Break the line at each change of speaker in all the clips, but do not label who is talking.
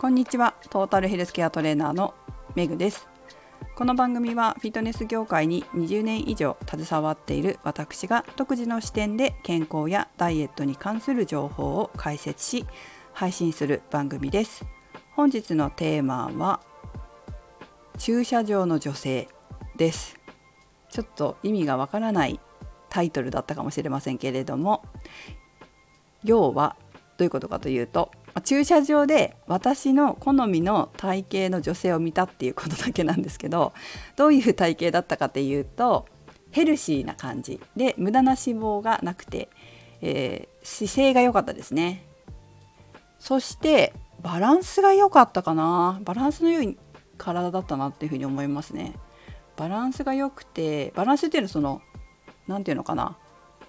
こんにちは。トータルヘルスケアトレーナーのメグです。この番組はフィットネス業界に20年以上携わっている私が独自の視点で健康やダイエットに関する情報を解説し配信する番組です。本日のテーマは駐車場の女性です。ちょっと意味がわからないタイトルだったかもしれませんけれども、要はどういうことかというと、駐車場で私の好みの体型の女性を見たっていうことだけなんですけど、どういう体型だったかというと、ヘルシーな感じで無駄な脂肪がなくて、姿勢が良かったですね。そしてバランスが良かったかな。バランスの良い体だったなっていうふうに思いますね。バランスが良くて、バランスっていうのはなんていうのかな、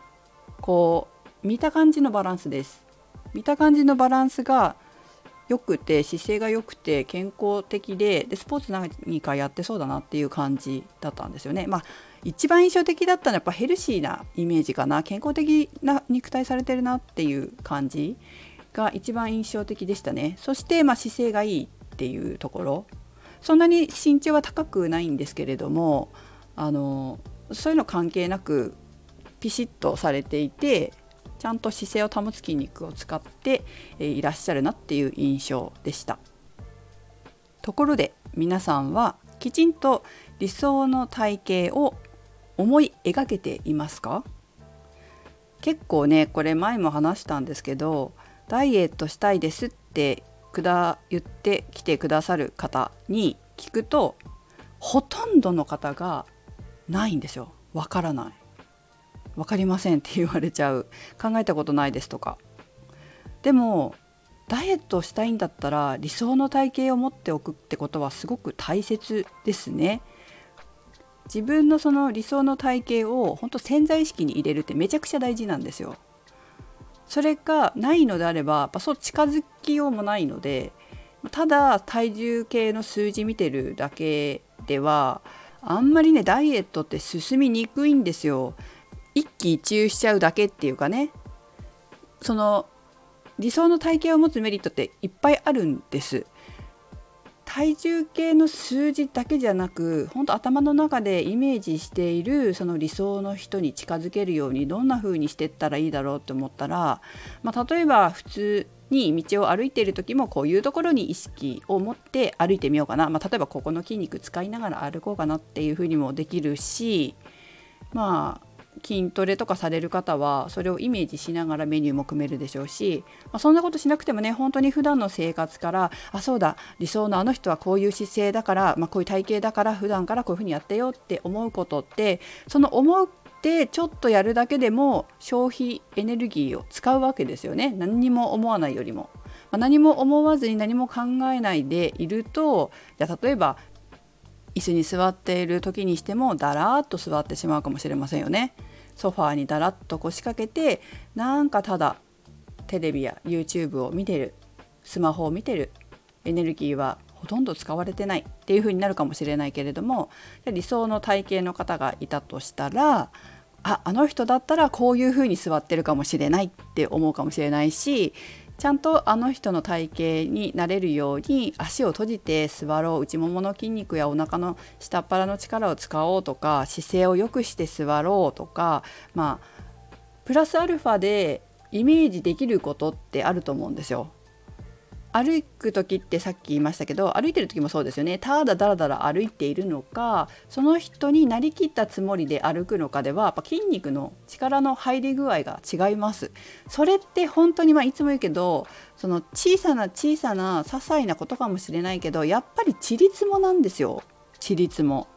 見た感じのバランスです。見た感じのバランスが良くて、姿勢が良くて健康的で、スポーツ何かやってそうだなっていう感じだったんですよね。一番印象的だったのはやっぱヘルシーなイメージかな。健康的な肉体されてるなっていう感じが一番印象的でしたね。そして姿勢がいいっていうところ、そんなに身長は高くないんですけれども、そういうの関係なくピシッとされていて、ちゃんと姿勢を保つ筋肉を使っていらっしゃるなっていう印象でした。ところで皆さんはきちんと理想の体型を思い描けていますか？結構ね、これ前も話したんですけど、ダイエットしたいですって言ってきてくださる方に聞くと、ほとんどの方がないんですよ。わからない、わかりませんって言われちゃう、考えたことないですとか。でもダイエットをしたいんだったら理想の体型を持っておくってことはすごく大切ですね。自分のその理想の体型を本当潜在意識に入れるってめちゃくちゃ大事なんですよ。それがないのであればそう近づきようもないので、ただ体重計の数字見てるだけではあんまりね、ダイエットって進みにくいんですよ。一喜一憂しちゃうだけっていうかね、その理想の体型を持つメリットっていっぱいあるんです。体重計の数字だけじゃなく、本当頭の中でイメージしているその理想の人に近づけるようにどんな風にしていったらいいだろうと思ったら、例えば普通に道を歩いている時もこういうところに意識を持って歩いてみようかな、例えばここの筋肉使いながら歩こうかなっていう風にもできるし、筋トレとかされる方はそれをイメージしながらメニューも組めるでしょうし、そんなことしなくてもね、本当に普段の生活から、そうだ、理想のあの人はこういう姿勢だから、こういう体型だから普段からこういうふうにやってよって思うことって、その思ってちょっとやるだけでも消費エネルギーを使うわけですよね。何にも思わないよりも、何も思わずに何も考えないでいると、例えば椅子に座っている時にしてもだらーっと座ってしまうかもしれませんよね。ソファーにだらっと腰掛けて、なんかただテレビや YouTube を見てる、スマホを見てる、エネルギーはほとんど使われてないっていう風になるかもしれないけれども、理想の体型の方がいたとしたら、あの人だったらこういう風に座ってるかもしれないって思うかもしれないし、ちゃんとあの人の体型になれるように足を閉じて座ろう、内ももの筋肉やお腹の下っ腹の力を使おうとか、姿勢を良くして座ろうとか、プラスアルファでイメージできることってあると思うんですよ。歩く時ってさっき言いましたけど、歩いてる時もそうですよね。ただだらだら歩いているのか、その人になりきったつもりで歩くのかではやっぱ筋肉の力の入り具合が違います。それって本当にいつも言うけど、その小さな些細なことかもしれないけど、やっぱりちりつもなんですよ。ちりつも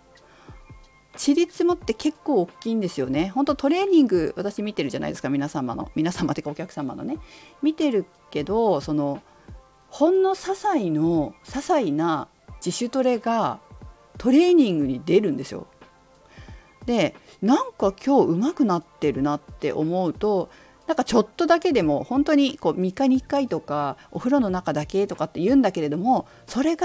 って結構大きいんですよね。本当トレーニング私見てるじゃないですか。皆様ってかお客様のね、見てるけど、そのほんの些細な自主トレがトレーニングに出るんですよ。で、なんか今日上手くなってるなって思うと、なんかちょっとだけでも本当に3日に1回とかお風呂の中だけとかって言うんだけれども、それが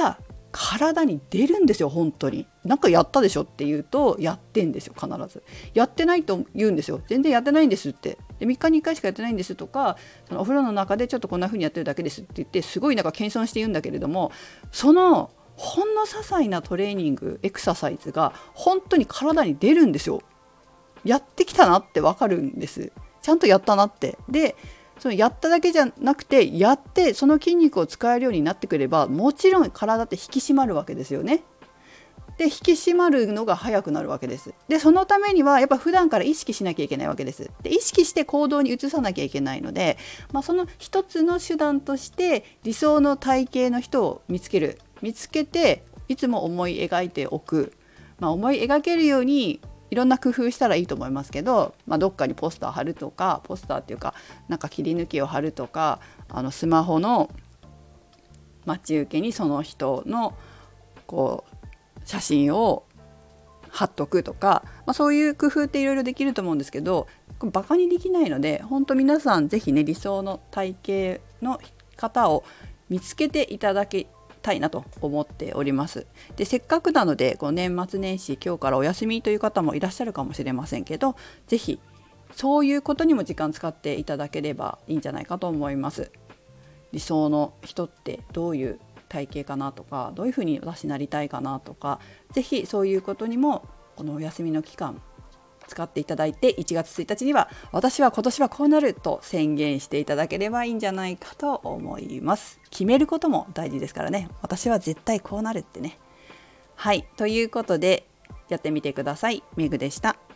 体に出るんですよ。本当になんかやったでしょって言うとやってんですよ。必ずやってないと言うんですよ。全然やってないんですって。で3日に1回しかやってないんですとか、そのお風呂の中でちょっとこんな風にやってるだけですって言ってすごいなんか謙遜して言うんだけれども、そのほんの些細なトレーニングエクササイズが本当に体に出るんですよ。やってきたなってわかるんです。ちゃんとやったなって。でそのやっただけじゃなくて、やってその筋肉を使えるようになってくれば、もちろん体って引き締まるわけですよね。で引き締まるのが早くなるわけです。でそのためにはやっぱ普段から意識しなきゃいけないわけです。で意識して行動に移さなきゃいけないので、その一つの手段として理想の体型の人を見つけていつも思い描いておく、思い描けるようにいろんな工夫したらいいと思いますけど、どっかにポスター貼るとか、ポスターっていうかなんか切り抜きを貼るとか、スマホの待ち受けにその人のこう写真を貼っとくとか、そういう工夫っていろいろできると思うんですけど、バカにできないので、本当皆さんぜひね、理想の体型の方を見つけていただきたいなと思っております。でせっかくなので年末年始今日からお休みという方もいらっしゃるかもしれませんけど、ぜひそういうことにも時間使っていただければいいんじゃないかと思います。理想の人ってどういう体型かなとか、どういうふうに私なりたいかなとか、ぜひそういうことにもこのお休みの期間使っていただいて、1月1日には私は今年はこうなると宣言していただければいいんじゃないかと思います。決めることも大事ですからね。私は絶対こうなるってね。はい、ということでやってみてください。めぐでした。